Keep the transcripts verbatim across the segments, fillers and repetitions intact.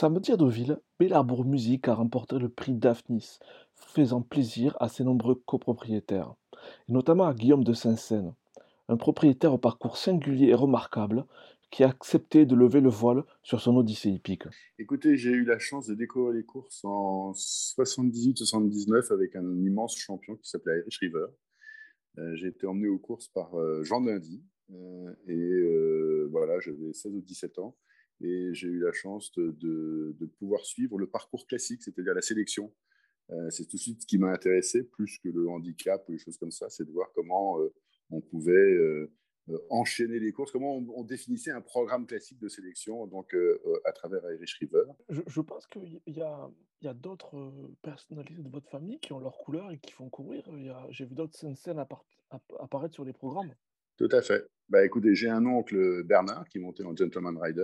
Samedi à Deauville, Bellarbourg Musique a remporté le prix Daphnis, faisant plaisir à ses nombreux copropriétaires, et notamment à Guillaume de Saint-Seine, un propriétaire au parcours singulier et remarquable qui a accepté de lever le voile sur son odyssée hippique. Écoutez, j'ai eu la chance de découvrir les courses en soixante-dix-huit soixante-dix-neuf avec un immense champion qui s'appelait Irish River. Euh, j'ai été emmené aux courses par euh, Jean Dindy. Euh, et euh, voilà, j'avais seize ou dix-sept ans. Et j'ai eu la chance de, de- de pouvoir suivre le parcours classique, c'est-à-dire la sélection. Euh, c'est tout de suite ce qui m'a intéressé, plus que le handicap ou les choses comme ça, c'est de voir comment euh, on pouvait euh, euh, enchaîner les courses, comment on, on définissait un programme classique de sélection donc euh, euh, à travers Irish River. Je, je pense qu'il y a, il y a d'autres euh, personnalités de votre famille qui ont leur couleur et qui font courir. Il y a- J'ai vu d'autres Saint-Seine appart- app- apparaître sur les programmes. Tout à fait. Bah, écoutez, j'ai un oncle Bernard qui montait en Gentleman Rider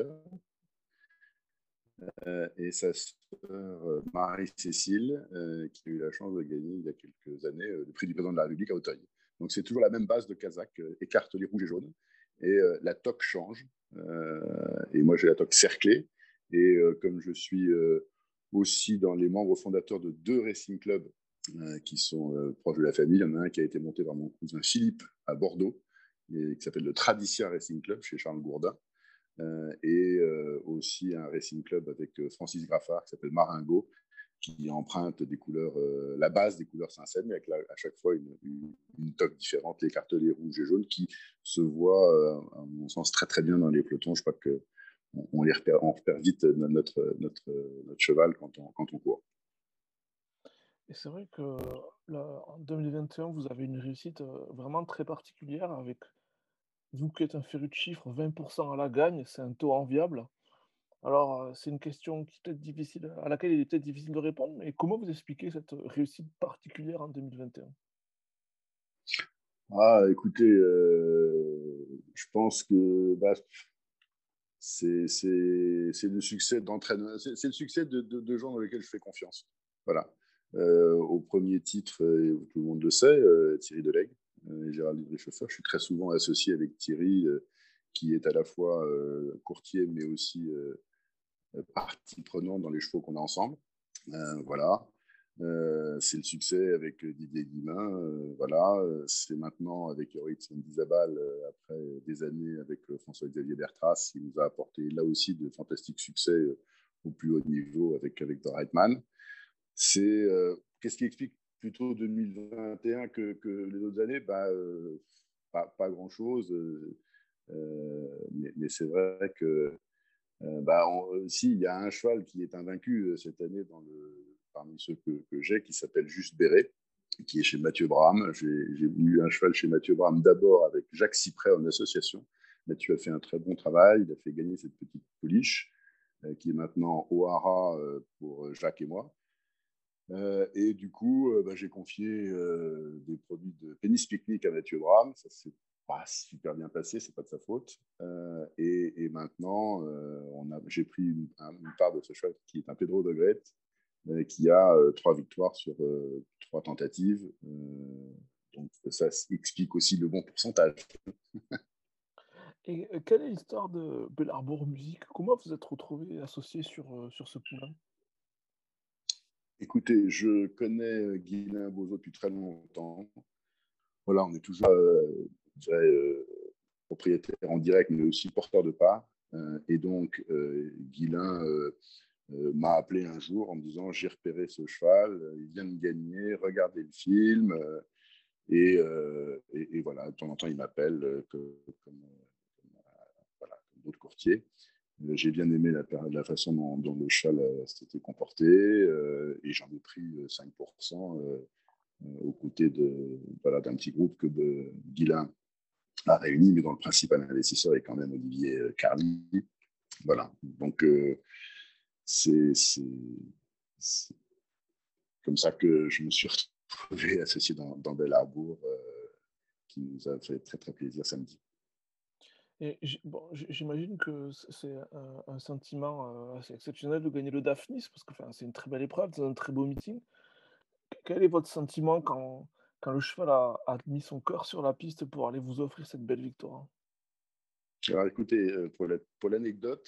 euh, et sa sœur euh, Marie-Cécile euh, qui a eu la chance de gagner il y a quelques années euh, le prix du président de la République à Auteuil. Donc c'est toujours la même base de Kazakh, euh, écartelé rouge et jaune. Et euh, la toque change. Euh, et moi j'ai la toque cerclée. Et euh, comme je suis euh, aussi dans les membres fondateurs de deux racing clubs euh, qui sont euh, proches de la famille, il y en a un qui a été monté par mon cousin Philippe à Bordeaux, et, qui s'appelle le Traditia Racing Club chez Charles Gourdin. Euh, et euh, aussi un racing club avec euh, Francis Graffard qui s'appelle Maringo, qui emprunte des couleurs, euh, la base des couleurs Saint-Seine, mais avec la, à chaque fois une, une, une toque différente, les cartelets rouges et jaunes, qui se voient, euh, à mon sens, très très bien dans les pelotons. Je crois que on, on les repère, on repère vite notre, notre, notre cheval quand on, quand on court. Et c'est vrai que là, en deux mille vingt et un, vous avez une réussite euh, vraiment très particulière avec vous qui êtes un féru de chiffres, vingt pour cent à la gagne, c'est un taux enviable. Alors, heu, c'est une question qui est peut-être difficile à laquelle il est peut-être difficile de répondre, mais comment vous expliquez cette, réussite particulière en deux mille vingt et un? Ah, écoutez, euh, je pense que bah, c'est c'est- c'est le succès d'entraîneurs, c'est c'est le succès de, de- de gens dans lesquels je fais confiance. Voilà. Euh, au premier titre, euh, tout le monde le sait, euh, Thierry Delegue euh, et Gérald Livry-Chauffeur. Je suis très souvent associé avec Thierry, euh, qui est à la fois euh, courtier, mais aussi euh, partie prenante dans les chevaux qu'on a ensemble. Euh, voilà. Euh, c'est le succès avec Didier Guimain. Euh, voilà. Euh, c'est maintenant avec Yoritz Mendizabal, euh, après des années avec euh, François-Xavier Bertras, qui nous a apporté là aussi de fantastiques succès euh, au plus haut niveau avec, avec The Reitman. C'est, euh, qu'est-ce qui explique plutôt deux mille vingt et un que, que les autres années bah, euh, pas, pas grand-chose. Euh, euh, mais, mais c'est vrai que euh, bah, on, si, il y a un cheval qui est invaincu euh, cette année dans le, parmi ceux que, que j'ai, qui s'appelle Juste Béret, qui est chez Mathieu Braham. J'ai eu un cheval chez Mathieu Braham d'abord avec Jacques Cyprès en association. Mathieu a fait un très bon travail, il a fait gagner cette petite pouliche, euh, qui est maintenant au Hara euh, pour Jacques et moi. Euh, et du coup, euh, bah, j'ai confié euh, des produits de pénis pique-nique à Mathieu Braham. Ça s'est pas super bien passé, c'est pas de sa faute. Euh, et, et, maintenant, euh, on a, j'ai pris une, un, une, part de ce cheval qui est un Pedro de Grette, euh, qui a euh, trois victoires sur euh, trois tentatives. Euh, donc ça explique aussi le bon pourcentage. Et heu, quelle est l'histoire de Bellarbourg Musique? Comment vous êtes retrouvés associés sur, heu, sur ce poulain? Écoutez, je connais Guylain Bozo depuis très longtemps. Voilà, on est toujours, euh, je dirais, euh, propriétaire en direct, mais aussi porteur de part. Euh, et donc, euh, Guilain euh, euh, m'a appelé un jour en me disant: j'ai repéré ce cheval, euh, il vient de gagner, regardez le film. Euh, et, euh, et, et, voilà, de temps en temps, il m'appelle euh, comme, comme, comme, voilà, comme d'autres courtiers. Euh, j'ai bien aimé la, la façon dont, dont le cheval euh, s'était comporté euh, et j'en ai pris euh, cinq pour cent euh, aux côtés de, voilà, d'un petit groupe que de Guilain a réuni, mais dont le principal investisseur est quand même Olivier euh, Carly. Voilà. Donc, euh, c'est, c'est, c'est comme ça que je me suis retrouvé associé dans, dans Bellarbourg, euh, qui nous a fait très, très plaisir samedi. Et j bon, j j'imagine que c c'est un un sentiment, heu, assez exceptionnel de gagner le Daphnis parce que, enfin, c'est une très belle épreuve, c'est un très beau meeting. Quel est votre sentiment quand quand le cheval a a mis son cœur sur la piste pour aller vous offrir cette belle victoire? Alors, écoutez, euh, pour, la, pour l'anecdote,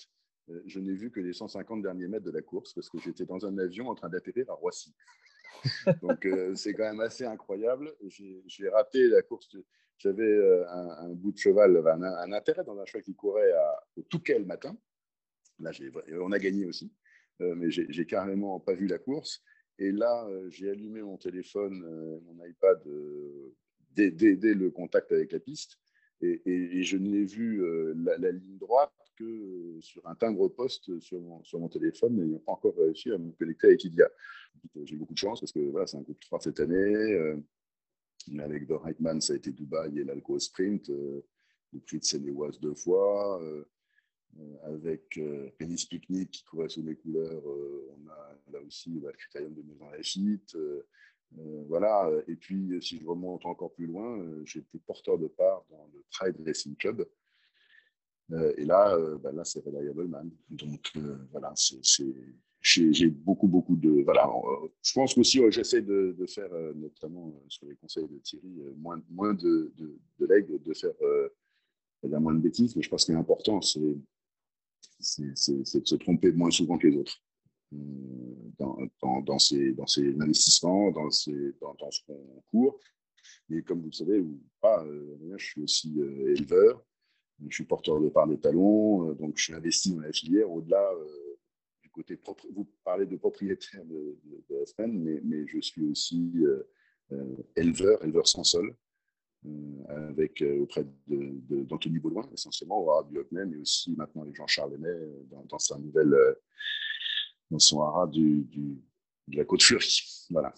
euh, je n'ai vu que les cent cinquante derniers mètres de la course parce que j'étais dans un avion en train d'atterrir à Roissy. Donc, euh, c'est quand même assez incroyable. J'ai, j'ai raté la course. De, j'avais euh, un, un bout de cheval, un, un intérêt dans un cheval qui courait à, au Touquet le matin. Là, j'ai, on a gagné aussi, euh, mais j'ai, j'ai carrément pas vu la course. Et là, euh, j'ai allumé mon téléphone, euh, mon iPad, euh, dès, dès, dès le contact avec la piste. Et, et, et je n'ai vu euh, la, la ligne droite que euh, sur un timbre-poste sur mon, sur mon téléphone, n'ayant pas encore réussi à me connecter avec Idia. J'ai eu beaucoup de chance parce que voilà, c'est un groupe trois cette année. Euh, avec The Reitman, ça a été Dubaï et l'Alco Sprint. Euh, le prix de Seine-et-Oise deux fois. Euh, avec euh, Pénis Picnic qui courait sous mes couleurs. Euh, on a là aussi bah, le Critérium de Maison Lafitte. Euh, euh, voilà. Et puis, si je remonte encore plus loin, euh, j'étais porteur de part dans le Pride Racing Club. Euh, et là, euh, bah, là c'est Reliable Man. Donc, euh, voilà, c'est, c'est, j'ai, j'ai beaucoup, beaucoup de. Voilà. Euh, je pense qu'aussi, ouais, j'essaie de, de faire, euh, notamment euh, sur les conseils de Thierry, euh, moins, moins de, de, de legs, de faire euh, moins de bêtises. Mais je pense que l'important, c'est c'est, c'est, c'est de se tromper moins souvent que les autres euh, dans, dans, dans, ses, dans ses investissements, dans, ses, dans, dans ce qu'on court. Et comme vous le savez, ou pas, euh, je suis aussi euh, éleveur, je suis porteur de part des talons, euh, donc je suis investi dans la filière au-delà euh, du côté propre. Vous parlez de propriétaire de, de, de la semaine, mais, mais je suis aussi euh, euh, éleveur, éleveur sans sol. Euh, avec euh, auprès de, de, d'Anthony Baudouin, essentiellement, au haras du Hockney, mais aussi maintenant avec Jean-Charles Lemay euh, dans, dans sa nouvelle, euh, dans son haras du, du, de la Côte-Fleurie. Voilà.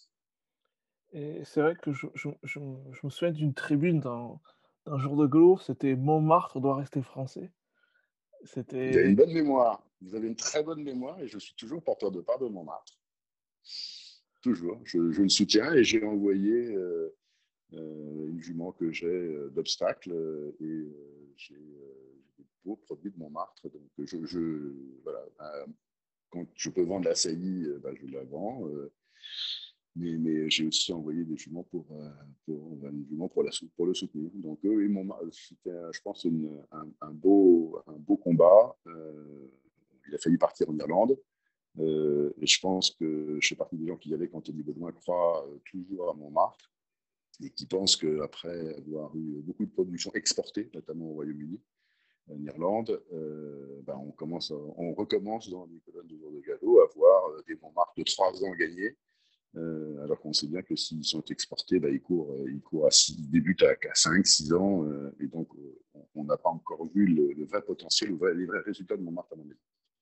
Et c'est vrai que je, je, je, je me souviens d'une tribune dans, d'un jour de Gaulois, c'était Montmartre doit rester français. Vous avez une C'était bonne mémoire. Vous avez une très bonne mémoire et je suis toujours porteur de part de Montmartre. Toujours. Je, je le soutiens et j'ai envoyé euh, euh, une jument que j'ai euh, d'obstacle euh, et euh, j'ai, euh, j'ai des beaux produits de Montmartre. Donc, je, je voilà. Euh, quand je peux vendre la saillie, euh, bah, je la vends. Euh, mais, mais j'ai aussi envoyé des juments pour, euh, pour, une jument pour, la, pour le soutenir. Donc, eux, ils m'ont, c'était, je pense, une, un, un, beau, un beau combat. Euh, il a fallu partir en Irlande. Euh, et je pense que je fais partie des gens qui y allaient quand Tony Baudouin croit euh, toujours à Montmartre et qui pensent qu'après avoir eu beaucoup de productions exportées, notamment au Royaume-Uni, en Irlande, euh, ben on, commence à, on recommence dans les colonnes de jour de galop à voir euh, des Montmartre de trois ans gagnés, euh, alors qu'on sait bien que s'ils sont exportés, ben ils, courent, euh, ils, courent à six, ils débutent à, à cinq six ans, euh, et donc euh, on n'a pas encore vu le, le vrai potentiel, le vrai, les vrais résultats de Montmartre à mon avis.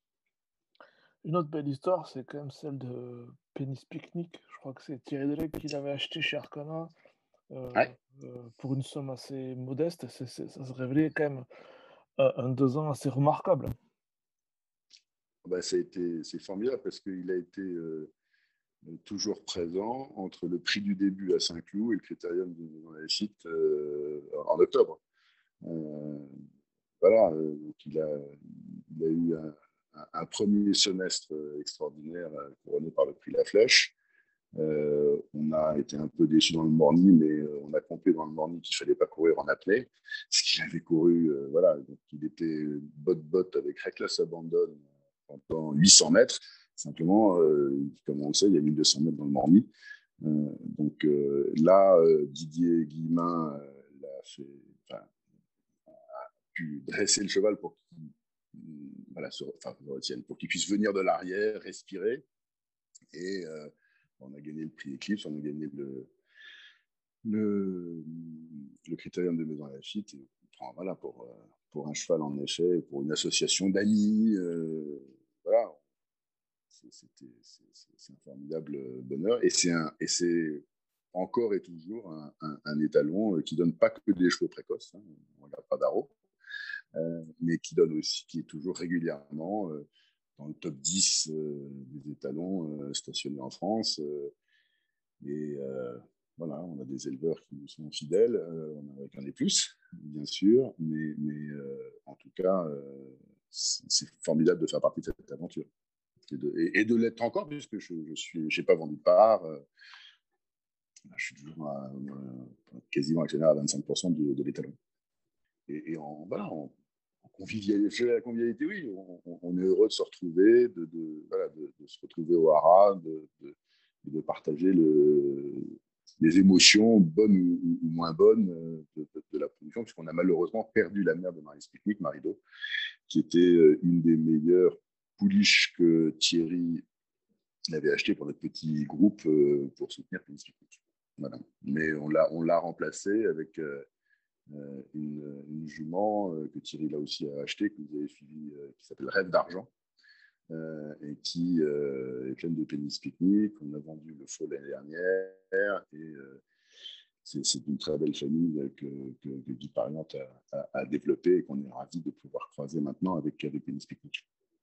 une autre belle histoire, c'est quand même celle de Pénis Picnic. Je crois que c'est Thierry Delec qui l'avait acheté chez Arcana euh, Ouais. euh, pour une somme assez modeste. C'est, c'est- ça se révélait quand même euh, un deux ans assez remarquable. Ben, ça a été, c'est formidable parce qu'il a été euh, toujours présent entre le prix du début à Saint-Cloud et le critérium de la site euh, en octobre. Euh, voilà, euh, donc il, a, il a eu un, un, un premier semestre extraordinaire euh, couronné par le prix La Flèche. Euh, on a été un peu déçus dans le morning, mais euh, on a compris dans le morning qu'il ne fallait pas courir en apnée, parce qu'il avait couru, euh, voilà, donc il était bot-bot avec Reckless Abandon pendant huit cents mètres. Simplement, euh, comme on le sait, il y a mille deux cents mètres dans le morning. Euh, donc euh, là, euh, Didier Guillemin euh, l'a fait, enfin, a pu dresser le cheval pour qu'il voilà, se, enfin, pour qu'il puisse venir de l'arrière, respirer. Et euh, on a gagné le prix Eclipse, on a gagné le, le, le critérium de Maison Lafitte. Et voilà, pour, pour un cheval, en effet, pour une association d'amis, euh, voilà, c'était, c'est, c'est un formidable bonheur. Et c'est, un, et c'est encore et toujours un, un, un étalon qui donne pas que des chevaux précoces, hein, on ne regarde pas d'Aro, euh, mais qui donne aussi, qui est toujours régulièrement euh, dans le top dix euh, des étalons euh, stationnés en France. Euh, et euh, voilà, on a des éleveurs qui nous sont fidèles, euh, on en a des plus, bien sûr, mais, mais euh, en tout cas, euh, c'est, c'est formidable de faire partie de cette aventure. Et de, et, et de l'être encore, puisque je n'ai je pas vendu de part. Euh, je suis toujours à, à, quasiment actionnaire à vingt-cinq pour cent de, de l'étalon. Et, et en, voilà, en, en convivialité, la convivialité, oui, on, on, on est heureux de se retrouver, de, de, voilà, de, de se retrouver au haras, de, de, de partager le, les émotions, bonnes ou, ou moins bonnes, de, de, de la production, puisqu'on a malheureusement perdu la mère de Mary's Picnic, Marido, qui était une des meilleures pouliches que Thierry avait acheté pour notre petit groupe pour soutenir Mary's Picnic. Voilà. Mais on l'a, on l'a remplacé avec euh, une, une jument euh, que Thierry là aussi a acheté, que vous avez suivi, euh, qui s'appelle Rêve d'argent, euh, et qui euh, est pleine de pénis pique-nique. On a vendu le faux l'année dernière, et euh, c'est, c'est une très belle famille que, que, que Guy Pariante a, a, a développée et qu'on est ravis de pouvoir croiser maintenant avec, avec pénis pique-nique.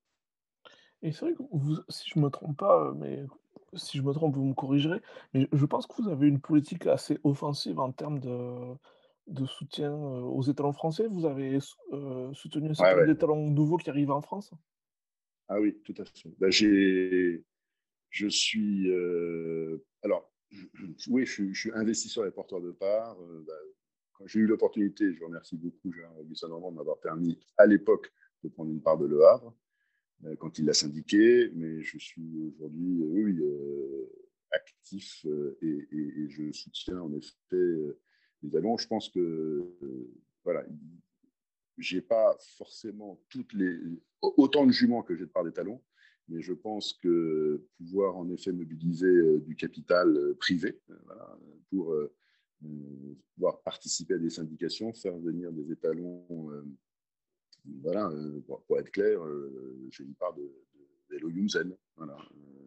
Et c'est vrai que vous, si je me trompe pas, mais si je me trompe, vous me corrigerez, mais je pense que vous avez une politique assez offensive en termes de de soutien, heu, aux étalons français. Vous avez sou heu, soutenu un Ouais, certain nombre ouais. d'étalons nouveaux qui arrivent en France? Ah oui, tout à fait. Ben, j'ai, je suis. Euh, alors, oui, je suis, je suis investisseur et porteur de parts. Euh, ben, quand j'ai eu l'opportunité, je remercie beaucoup Jean-Augustin Normand de m'avoir permis à l'époque de prendre une part de Le Havre euh, quand il l'a syndiqué, mais je suis aujourd'hui, euh, oui, euh, actif euh, et, et, et, je soutiens en effet euh, les allons. Je pense que euh, voilà, j'ai pas forcément toutes les autant de juments que j'ai de part des talons, mais je pense que pouvoir en effet mobiliser euh, du capital euh, privé euh, voilà, pour euh, euh, pouvoir participer à des syndications, faire venir des étalons, euh, voilà, euh, pour, pour, être clair, euh, j'ai une part de, de Hello Yumzen. Voilà.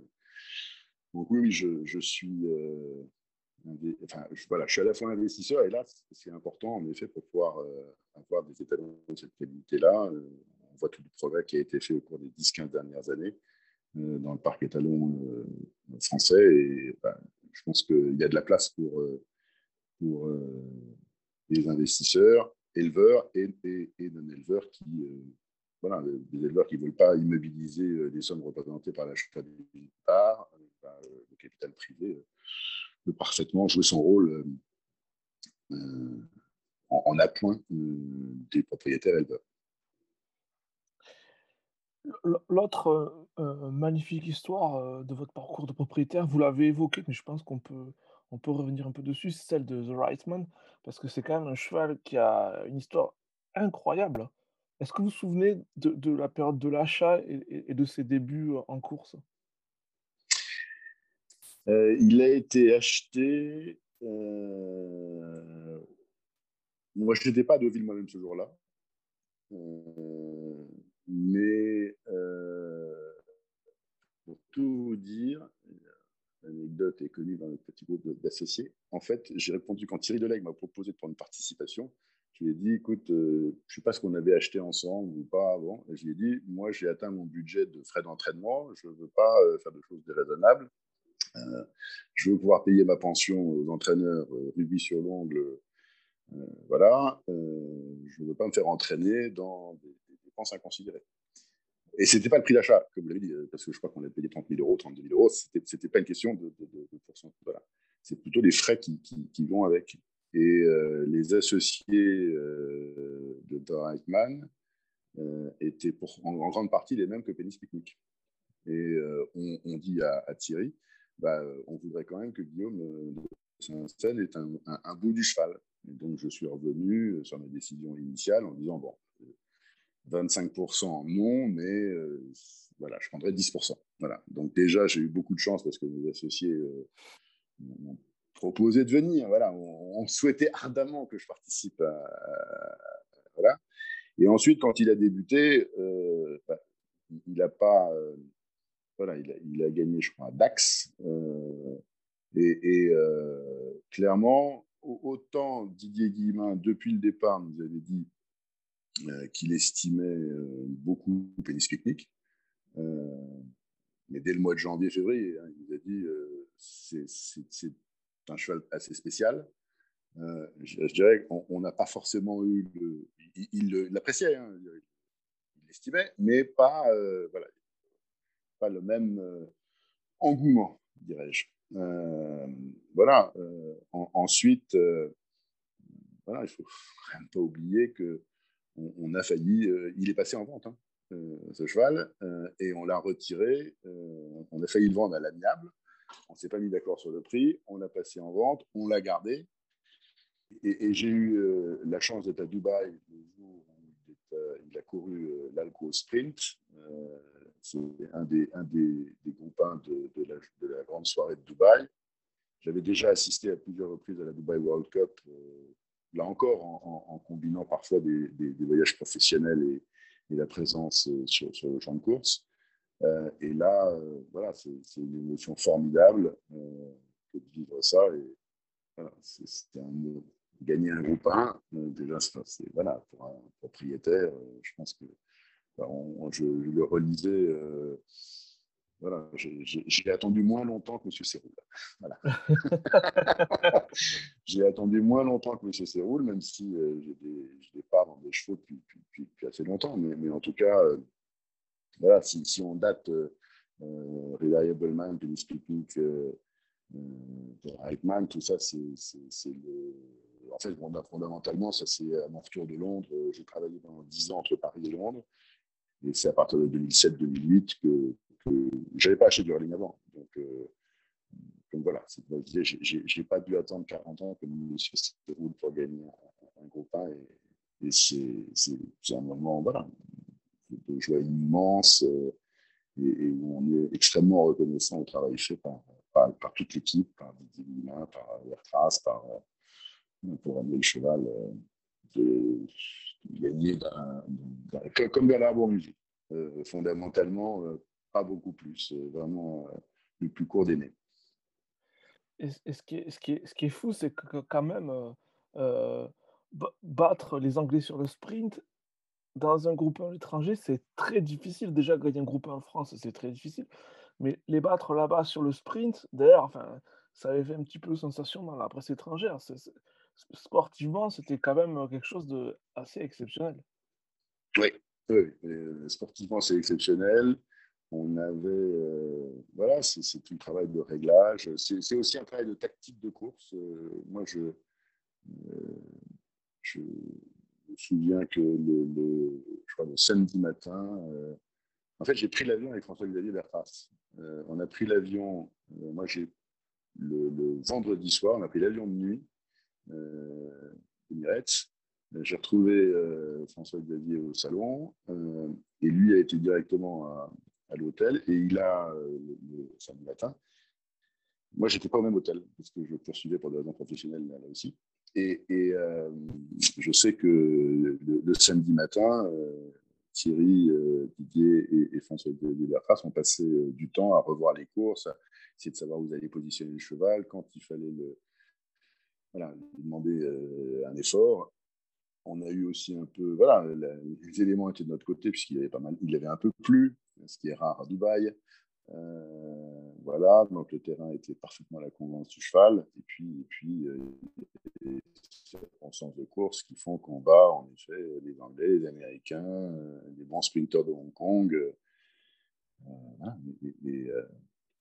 Donc oui, oui, je, je suis euh, Enfin, je, voilà, je suis à la fois investisseur et là, c'est important en effet pour pouvoir euh, avoir des étalons de cette qualité-là. Euh, on voit tout le progrès qui a été fait au cours des dix quinze dernières années euh, dans le parc étalon euh, français et ben, je pense qu'il y a de la place pour, euh, pour euh, les investisseurs, éleveurs et, et, et non-éleveurs qui, euh, voilà, des éleveurs qui ne veulent pas immobiliser des sommes représentées par l'achat des parts, ben, le capital privé peut parfaitement jouer son rôle euh, en, en appoint euh, des propriétaires éleveurs. L'autre, heu heu, magnifique histoire, heu, de votre parcours de propriétaire, vous l'avez évoqué, mais je pense qu'on peut on peut revenir un peu dessus, c'est celle de The Reitman, parce que c'est quand même un cheval qui a une histoire incroyable. Est-ce que vous vous souvenez de de la période de l'achat et et et de ses débuts, heu, en course? Euh, il a été acheté. Euh, moi, je n'étais pas à Deauville moi-même ce jour-là. Euh, mais euh, pour tout vous dire, l'anecdote est connue dans notre petit groupe d'associés. En fait, j'ai répondu quand Thierry Delague m'a proposé de prendre une participation. Je lui ai dit, écoute, euh, je ne sais pas ce qu'on avait acheté ensemble ou pas avant. Et je lui ai dit, moi, j'ai atteint mon budget de frais d'entraînement. Je ne veux pas euh, faire de choses déraisonnables. Euh, je veux pouvoir payer ma pension aux entraîneurs euh, rubis sur l'ongle. Euh, voilà. Euh, je ne veux pas me faire entraîner dans des, des dépenses inconsidérées. Et ce n'était pas le prix d'achat, comme vous l'avez dit, parce que je crois qu'on a payé trente mille euros, trente-deux mille euros. Ce n'était pas une question de, de, de, de pourcent. Voilà. C'est plutôt les frais qui, qui, qui vont avec. Et euh, les associés euh, de Dortmund euh, étaient pour, en, en, grande partie les mêmes que Pénis Picnic. Et euh, on, on, dit à, à Thierry, bah, on voudrait quand même que Guillaume euh, de Saint-Seine est un, un, un bout du cheval. Et donc je suis revenu sur ma décision initiale en disant, bon, vingt-cinq pour cent non, mais euh, voilà, je prendrais dix pour cent. Voilà. Donc déjà, j'ai eu beaucoup de chance parce que mes associés euh, m'ont proposé de venir. Voilà, on, on, souhaitait ardemment que je participe à, à, voilà. Et ensuite, quand il a débuté, euh, bah, il n'a pas, euh, voilà, il a, il a, gagné, je crois, à Dax. Euh, et, et euh, clairement, autant Didier Guillemin, depuis le départ, nous avait dit euh, qu'il estimait euh, beaucoup Pénis Picnic. Euh, mais dès le mois de janvier-février, hein, il nous a dit euh, c'est, c'est, c'est un cheval assez spécial. Euh, je, je, dirais qu'on n'a pas forcément eu le. Il, il, il l'appréciait, hein, il l'estimait, mais pas, euh, voilà, pas le même euh, engouement, dirais-je. Euh, voilà. Euh, en, ensuite, euh, voilà, il ne faut quand même pas oublier que on, on a failli, euh, il est passé en vente, hein, euh, ce cheval, euh, et on l'a retiré, euh, on a failli le vendre à l'amiable, on ne s'est pas mis d'accord sur le prix, on l'a passé en vente, on l'a gardé, et, et j'ai eu euh, la chance d'être à Dubaï le jour où il, est, euh, il a couru euh, l'Alco Sprint, euh, c'est un des, un des, des groupes un de, de, la, de la grande soirée de Dubaï. J'avais déjà assisté à plusieurs reprises à la Dubai World Cup, euh, là encore en, en, en combinant parfois des, des, des voyages professionnels et, et la présence euh, sur, sur le champ de course. Euh, et là, euh, voilà, c'est, c'est une émotion formidable euh, que de vivre ça. Et voilà, c'est, c'est un, gagner un groupe un, euh, déjà, c'est, c'est, voilà, pour un propriétaire, euh, je pense que enfin, on, je, je le relisais. Euh, voilà, j'ai, j'ai, j'ai attendu moins longtemps que M. Séroul. Voilà. J'ai attendu moins longtemps que M. Séroul, même si euh, j'ai, des, j'ai des parts dans des chevaux depuis, depuis, depuis, depuis assez longtemps. Mais, mais en tout cas, euh, voilà, si, si on date euh, euh, Reliable Man, Penny Speaking, euh, euh, Eichmann, tout ça, c'est, c'est, c'est le. En fait, bon, fondamentalement, ça c'est à mon retour de Londres. J'ai travaillé pendant dix ans entre Paris et Londres. Et c'est à partir de deux mille sept deux mille huit que, que je n'avais pas acheté du hurling avant. Donc, euh, donc voilà, je n'ai pas dû attendre quarante ans comme M. Séroul pour gagner un, un gros pain. Et, et c'est, c'est, c'est un moment voilà, de joie immense euh, et, et, où on est extrêmement reconnaissant au travail fait par, par, par toute l'équipe, par Didier Guillemin, par Vertras, par, pour amener le cheval euh, de, de gagner d'un, d'un, comme de l'arbre en musique. Euh, fondamentalement, euh, pas beaucoup plus. Euh, vraiment euh, le plus court des nez. Et, et ce, qui est, ce, qui est, ce qui est fou, c'est que quand même, euh, euh, battre les Anglais sur le sprint, dans un groupe un étranger, c'est très difficile. Déjà, gagner un groupe un en France, c'est très difficile. Mais les battre là-bas sur le sprint, d'ailleurs, enfin, ça avait fait un petit peu sensation dans la presse étrangère. C'est, c'est- sportivement, c'était quand même quelque chose de assez exceptionnel. Oui, oui, oui. Sportivement, c'est exceptionnel. On avait, euh, voilà, c'est, c'est tout le travail de réglage. C'est, c'est aussi un travail de tactique de course. Euh, moi, je, euh, je me souviens que le, le, je crois le samedi matin, euh, en fait, j'ai pris l'avion avec François-Xavier Bertras. Euh, on a pris l'avion, euh, moi, j'ai le, le vendredi soir, on a pris l'avion de nuit, euh, Emirates. J'ai retrouvé euh, François-Xavier au salon euh, et lui a été directement à, à l'hôtel et il a, euh, le, le samedi matin, moi j'étais pas au même hôtel parce que je poursuivais pour des raisons professionnelles là, là aussi. Et, et euh, je sais que le, le samedi matin, euh, Thierry, euh, Didier et, et François-Xavier Bertras ont passé euh, du temps à revoir les courses, à essayer de savoir où vous allez positionner le cheval, quand il fallait le, voilà, lui demander euh, un effort. On a eu aussi un peu, voilà, la, les éléments étaient de notre côté puisqu'il avait pas mal, il avait un peu plu, ce qui est rare à Dubaï. Euh, voilà, donc le terrain était parfaitement à la convenance du cheval. Et puis, et puis euh, les circonstances de course qui font qu'on bat, en effet, les Anglais, les Américains, euh, les bons sprinters de Hong Kong. Euh, voilà, et, et, euh,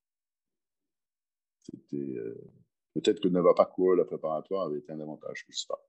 c'était euh, peut-être que Nova Parkour, la préparatoire, avait été un avantage, je ne sais pas.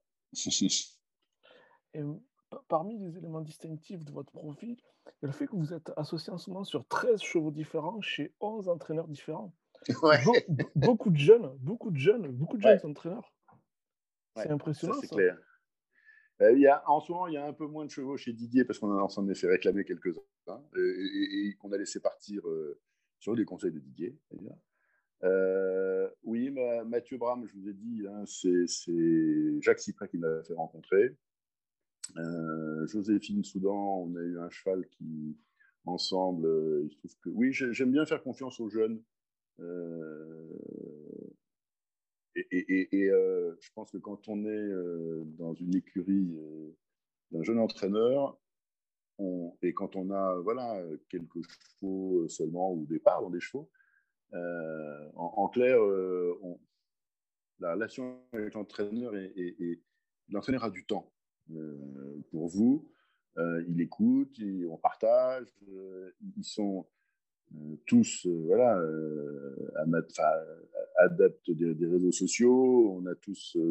Et mmh, pa parmi les éléments distinctifs de votre profil, il y a le fait que vous êtes associé en ce moment sur treize chevaux différents chez onze entraîneurs différents. Et Ouais, beau b beaucoup de jeunes, beaucoup de jeunes, beaucoup de jeunes ouais, entraîneurs. C'est ouais, ça impressionnant c'est ça. clair. Euh, il y a, en ce moment, il y a un peu moins de chevaux chez Didier parce qu'on en s'en est fait réclamer quelques-uns hein, et, et, et qu'on a laissé partir euh, sur les conseils de Didier. Euh, oui, ma, Mathieu Bram, je vous ai dit, hein, c'est, c'est Jacques Cyprès qui m'a fait rencontrer. Euh, Joséphine Soudan, on a eu un cheval qui, ensemble, euh, il se trouve que. Oui, j'aime bien faire confiance aux jeunes. Euh, et et, et euh, je pense que quand on est euh, dans une écurie euh, d'un jeune entraîneur, on, et quand on a voilà, quelques chevaux seulement ou des parts dans des chevaux, euh, en, en, clair, euh, on, la relation avec l'entraîneur et, et, et l'entraîneur a du temps euh, pour vous. Euh, il écoute, il, on partage. Euh, ils sont euh, tous euh, voilà, euh, adeptes des, des, réseaux sociaux. On a tous euh,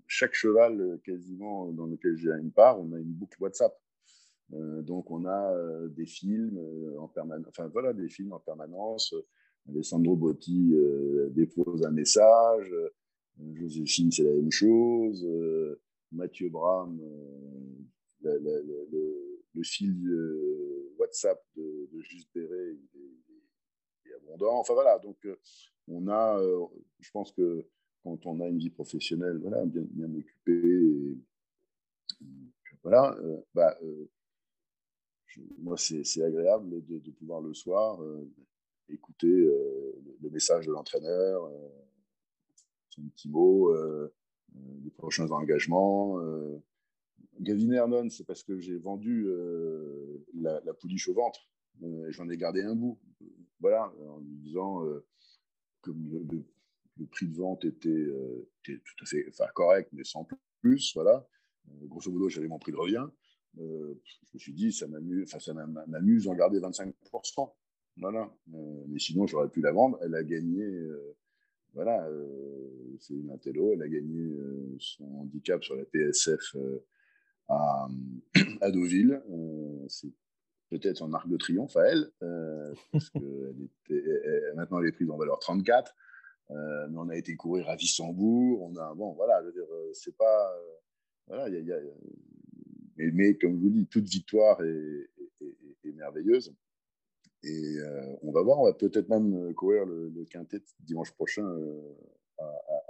chaque cheval, euh, quasiment, dans lequel j'ai une part, on a une boucle WhatsApp. Euh, donc, on a euh, des films euh, en permanence, enfin voilà, des films en permanence. Alessandro Botti euh, dépose un message. Euh, Joséphine, c'est la même chose. Euh, Mathieu Bram, euh, la, la, la, le, le, fil euh, WhatsApp de, de Juste Perret, il est, il est abondant. Enfin voilà, donc euh, on a, euh, je pense que quand on a une vie professionnelle, voilà, bien, bien occupée, et, voilà, euh, bah, euh, je, moi c'est agréable de, de, pouvoir le soir euh, écouter euh, le, le message de l'entraîneur, euh, son petit mot, euh, les prochains engagements. Euh. Gavin Hernon, c'est parce que j'ai vendu euh, la, la pouliche au ventre. Euh, J'en ai gardé un bout. Voilà, en lui disant euh, que le, le, le, prix de vente était, euh, était tout à fait enfin, correct, mais sans plus. Voilà. Euh, grosso modo, j'avais mon prix de revient. Euh, je me suis dit, ça m'amuse d'en garder vingt-cinq pour cent. Voilà. Euh, mais sinon, j'aurais pu la vendre. Elle a gagné. Euh, voilà, euh, c'est une intello. Elle a gagné euh, son handicap sur la P S F euh, à, à Deauville. Euh, c'est peut-être son arc de triomphe à elle, euh, parce que elle était, elle, maintenant elle est prise en valeur trente-quatre. Euh, mais on a été courir à Wissembourg. On a, bon, voilà, je veux dire, c'est pas. Euh, voilà, y a, y a, mais, mais comme je vous dis, toute victoire est, est, est, est merveilleuse. Et euh, on va voir, on va peut-être même courir le, le quintet dimanche prochain euh, à, à,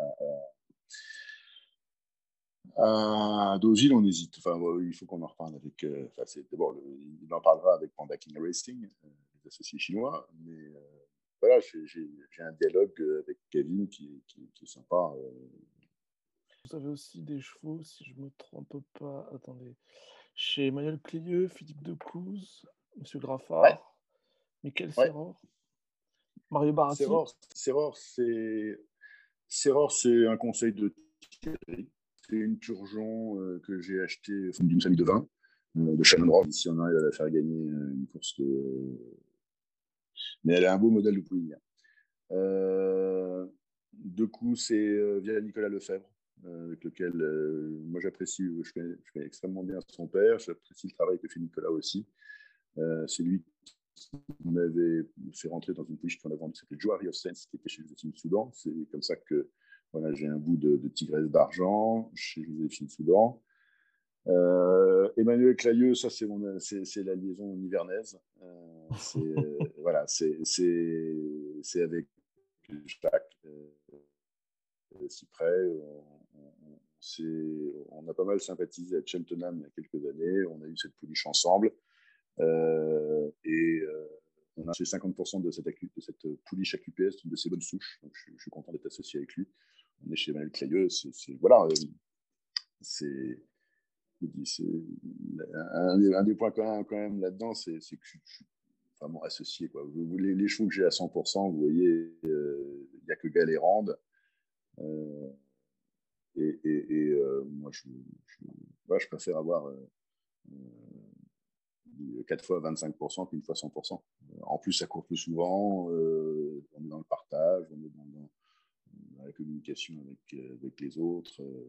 à, à Deauville. On hésite. Enfin, il faut qu'on en reparle avec. Euh, enfin, c'est d'abord, il en parlera avec Panda King Racing, euh, les associés chinois. Mais euh, voilà, j'ai un dialogue avec Kevin qui, qui, qui est sympa. Euh. Vous avez aussi des chevaux, si je me trompe pas. Attendez. Chez Emmanuel Clélieu, Philippe Decouze, Monsieur Ouais, Graffard, Michael ouais. Serror, Mario Baratti. Serror, Serror, c'est Serror, c'est un conseil de Thierry. C'est une Turgeon euh, que j'ai acheté d'une famille de vin, euh, de Shannon Rock. Si on arrive à la faire gagner euh, une course de. Mais elle a un beau modèle de poulainière. Euh, de coup, c'est euh, via Nicolas Lefebvre, euh, avec lequel euh, moi j'apprécie, je connais, je connais extrêmement bien son père, j'apprécie le travail que fait Nicolas aussi. Euh, c'est lui qui m'avait fait rentrer dans une pouliche qu'on a vendue, qui s'appelait Johari of Sense, qui était chez Joséphine Soudan. C'est comme ça que voilà, j'ai un bout de, de tigresse d'argent chez Joséphine Soudan. Euh, Emmanuel Clayeux, ça c'est la liaison nivernaise. Euh, c'est euh, voilà, c'est avec Jacques euh, Cyprès. On, on, on a pas mal sympathisé à Cheltenham il y a quelques années. On a eu cette pouliche ensemble. Euh, et euh, on a acheté cinquante pour cent de cette, de cette pouliche A Q P S, de ses bonnes souches. Donc je, je suis content d'être associé avec lui. On est chez Emmanuel Clayeux. C'est voilà, euh, c'est un, un des points quand même, quand même là-dedans, c'est que je, je, suis vraiment associé. Quoi. Vous, les, les chevaux que j'ai à cent pour cent, vous voyez, il euh, n'y a que Galérande. Euh, et et, et euh, moi, je, je, ouais, je préfère avoir euh, quatre fois vingt-cinq pour cent qu'une fois cent pour cent. En plus, ça court plus souvent, euh, on est dans le partage, on est dans, dans, dans la communication avec, avec les autres. Euh,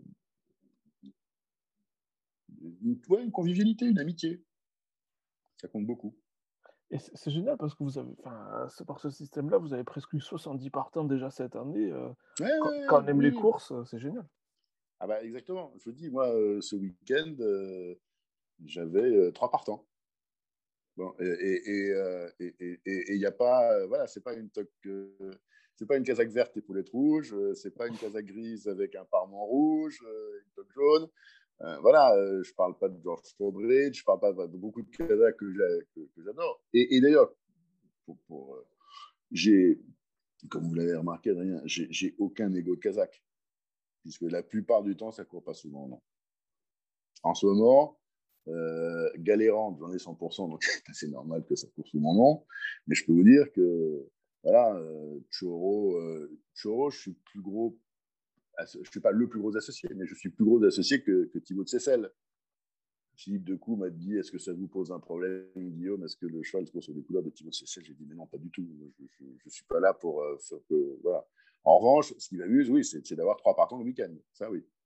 une, ouais, une convivialité, une amitié. Ça compte beaucoup. Et c'est génial parce que vous avez, enfin, par ce système-là, vous avez presque eu soixante-dix partants déjà cette année. Euh, ouais, quand, ouais, quand on aime les oui. courses, c'est génial. Ah bah exactement. Je vous dis, moi, euh, ce week-end, euh, j'avais euh, trois partants. Bon, et il euh, et, et, et, et, n'y a pas, euh, voilà, c'est pas une toque, euh, c'est pas une casaque verte et poulette rouge, euh, c'est pas une casaque grise avec un parement rouge, euh, une toque jaune. Euh, voilà, euh, je parle pas de George Strawbridge, je parle pas de, de beaucoup de casaques que j'adore. Et, et d'ailleurs, pour, pour euh, j'ai, comme vous l'avez remarqué, rien, j'ai aucun égo de kazakh, puisque la plupart du temps, ça court pas souvent. Non. En ce moment, euh, Galérande, j'en ai cent pour cent, donc c'est normal que ça court sous mon nom. Mais je peux vous dire que, voilà, euh, Choro, euh, Choro, je suis plus gros, je ne suis pas le plus gros associé, mais je suis plus gros associé que, que Thibaut de Seyssel. Philippe Decou m'a dit, est-ce que ça vous pose un problème, Guillaume? Est-ce que le cheval se court sur les couleurs de Thibaut de Seyssel? J'ai dit, mais non, pas du tout. Je ne suis pas là pour euh, faire que. Voilà. En revanche, ce qui m'amuse, oui, c'est d'avoir trois partants le week-end. Ça, oui.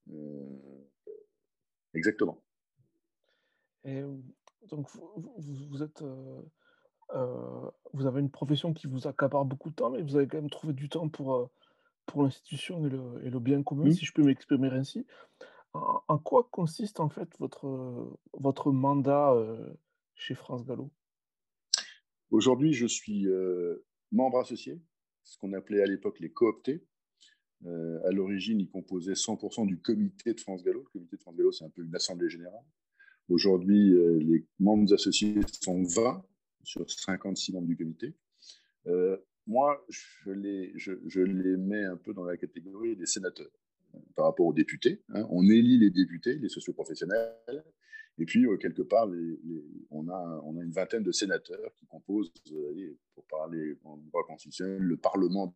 Euh, exactement. Et donc vous vous vous êtes, heu heu, vous avez une profession qui vous accapare beaucoup de temps, mais vous avez quand même trouvé du temps pour, heu, pour l'institution et le et le bien commun, Hmm. si je peux m'exprimer ainsi. En en quoi consiste en fait votre, heu, votre mandat, heu, chez France Gallo? Aujourd'hui, je suis euh, membre associé, ce qu'on appelait à l'époque les cooptés. Euh, à l'origine, ils composaient cent pour cent du comité de France Gallo. Le comité de France Gallo, c'est un peu une assemblée générale. Aujourd'hui, euh, les membres associés sont vingt sur cinquante-six membres du comité. Euh, moi, je les, je, je les mets un peu dans la catégorie des sénateurs euh, par rapport aux députés. Hein. On élit les députés, les socioprofessionnels, et puis euh, quelque part, les, les, on, a, on a une vingtaine de sénateurs qui composent, euh, pour parler en droit constitutionnel, le Parlement.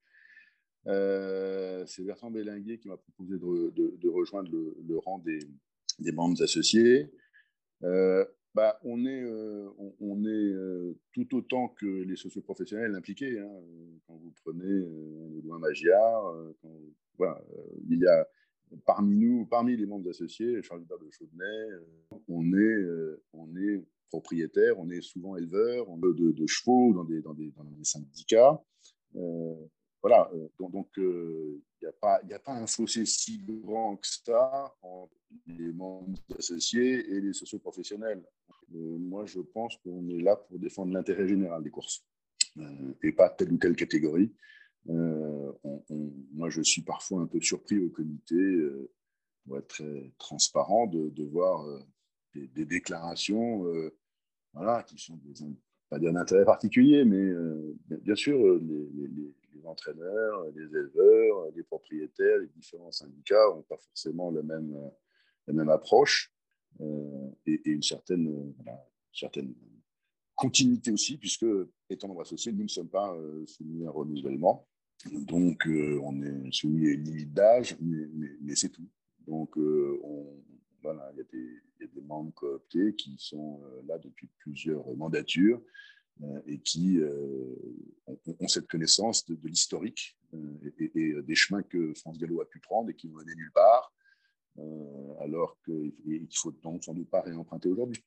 Euh, c'est Bertrand Bélinguer qui m'a proposé de, de, de rejoindre le, le, rang des, des membres associés. Euh, bah, on est, euh, on, on est euh, tout autant que les socioprofessionnels impliqués. Hein. Quand vous prenez euh, Audouin Magyar, euh, quand, voilà, euh, il y a parmi nous, parmi les membres associés, Charles Hubert de Chaudenay, euh, on, est, euh, on est propriétaire, on est souvent éleveur de, de, de chevaux dans des, dans des, dans des syndicats. Euh, voilà, euh, donc il euh, n'y a, a pas un fossé si grand que ça entre les membres associés et les socioprofessionnels. Euh, moi, je pense qu'on est là pour défendre l'intérêt général des courses euh, et pas telle ou telle catégorie. Euh, on, on, moi, je suis parfois un peu surpris au comité, euh, pour être très transparent, de, de voir euh, des, des, déclarations euh, voilà, qui sont des, pas dire d'intérêt particulier, mais euh, bien sûr, les, les, les, entraîneurs, les éleveurs, les propriétaires, les différents syndicats n'ont pas forcément la même, la même approche euh, et, et, une certaine, voilà, certaine continuité aussi, puisque étant membre associé, nous ne sommes pas euh, soumis à un renouvellement. Donc, euh, on est soumis à une limite d'âge, mais, mais, mais c'est tout. Donc, euh, on, voilà, il y, y a des membres cooptés qui sont euh, là depuis plusieurs mandatures euh, et qui euh, ont, ont, cette connaissance de, de l'historique euh, et, et, et, des chemins que France Gallo a pu prendre et qui vont mener nulle part, euh, alors qu'il ne faut donc sans doute pas réemprunter aujourd'hui.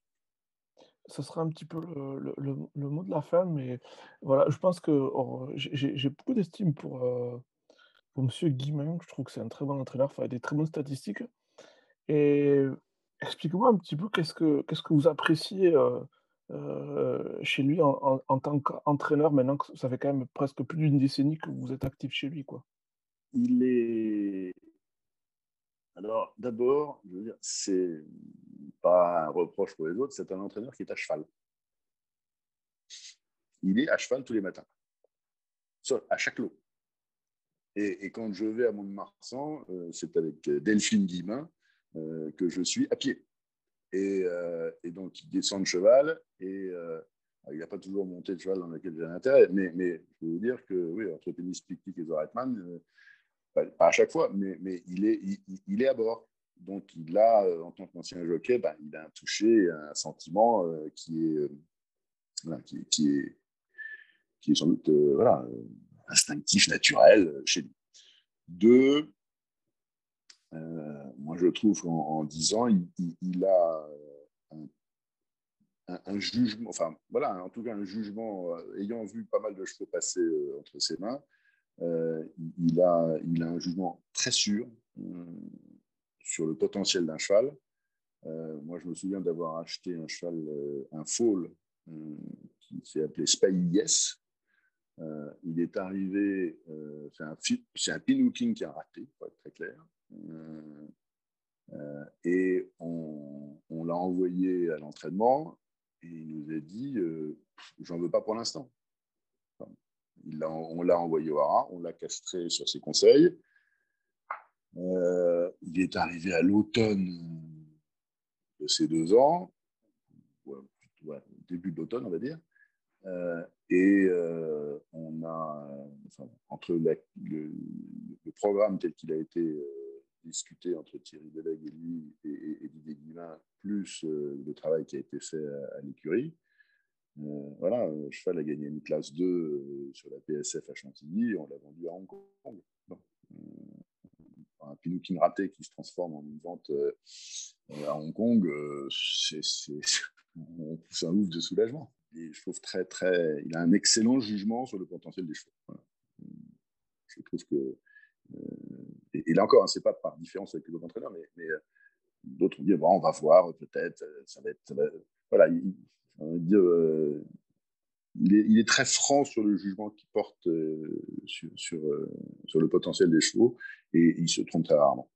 Ce sera un petit peu le le le le mot de la fin, mais voilà, je pense que, oh, j'ai j'ai j'ai beaucoup d'estime pour, heu, pour monsieur Guimin. Je trouve que c'est un très bon entraîneur, enfin, des très bonnes statistiques et expliquez-moi un petit peu qu'est-ce que qu'est-ce que vous appréciez, heu heu, chez lui en en en tant qu'entraîneur maintenant que ça fait quand même presque plus d'une décennie que vous êtes actif chez lui, quoi? Il est Alors, d'abord, je veux dire, c'est pas un reproche pour les autres, c'est un entraîneur qui est à cheval. Il est à cheval tous les matins, à chaque lot. Et, et quand je vais à Mont-de-Marsan, euh, c'est avec Delphine Guillemin euh, que je suis à pied. Et, euh, et donc, il descend de cheval et euh, il n'a pas toujours monté de cheval dans lequel j'ai un intérêt, mais, mais je peux vous dire que, oui, entre Pénis Pictic et Zoratman, euh, pas, pas à chaque fois, mais, mais il, est, il, il est à bord. Donc, il a, euh, en tant qu'ancien jockey, ben, il a un toucher, un sentiment euh, qui, est, euh, voilà, qui, qui, est, qui est sans doute euh, voilà, instinctif, naturel euh, chez lui. Deux, euh, moi je trouve qu'en en dix ans, il, il, il a un, un, un, jugement, enfin voilà, en tout cas un jugement, euh, ayant vu pas mal de chevaux passer euh, entre ses mains, euh, il, a, il a un jugement très sûr euh, sur le potentiel d'un cheval. Euh, moi, je me souviens d'avoir acheté un cheval, euh, un foal, euh, qui s'est appelé Spy Yes. Euh, il est arrivé, euh, c'est un, c'est un pinhooking qui a raté, pour être très clair. Euh, euh, et on, on l'a envoyé à l'entraînement et il nous a dit euh, j'en veux pas pour l'instant. Enfin, on l'a envoyé au haras, on l'a castré sur ses conseils. Euh, il est arrivé à l'automne de ces deux ans, ouais, ouais, début de l'automne, on va dire. Euh, et euh, on a, enfin, entre la, le, le, programme tel qu'il a été euh, discuté entre Thierry Bellègue et lui et, et, et Didier Guillemin, plus euh, le travail qui a été fait à, à l'écurie, euh, voilà, euh, Cheval a gagné une classe deux euh, sur la P S F à Chantilly et on l'a vendu à Hong Kong. Bon. Euh, un Pinoukin raté qui se transforme en une vente euh, à Hong Kong, euh, c'est, c'est, on pousse un ouf de soulagement. Et je trouve très, très, il a un excellent jugement sur le potentiel des chevaux. Voilà. Je trouve que, euh, et, et là encore, hein, c'est pas par différence avec les autres entraîneurs, mais, mais euh, d'autres ont dit bon, on va voir, peut-être, ça va être, ça va, voilà, il, on va dire, euh, il, est, il est très franc sur le jugement qu'il porte euh, sur, sur, euh, sur le potentiel des chevaux, et il se trompe très rarement.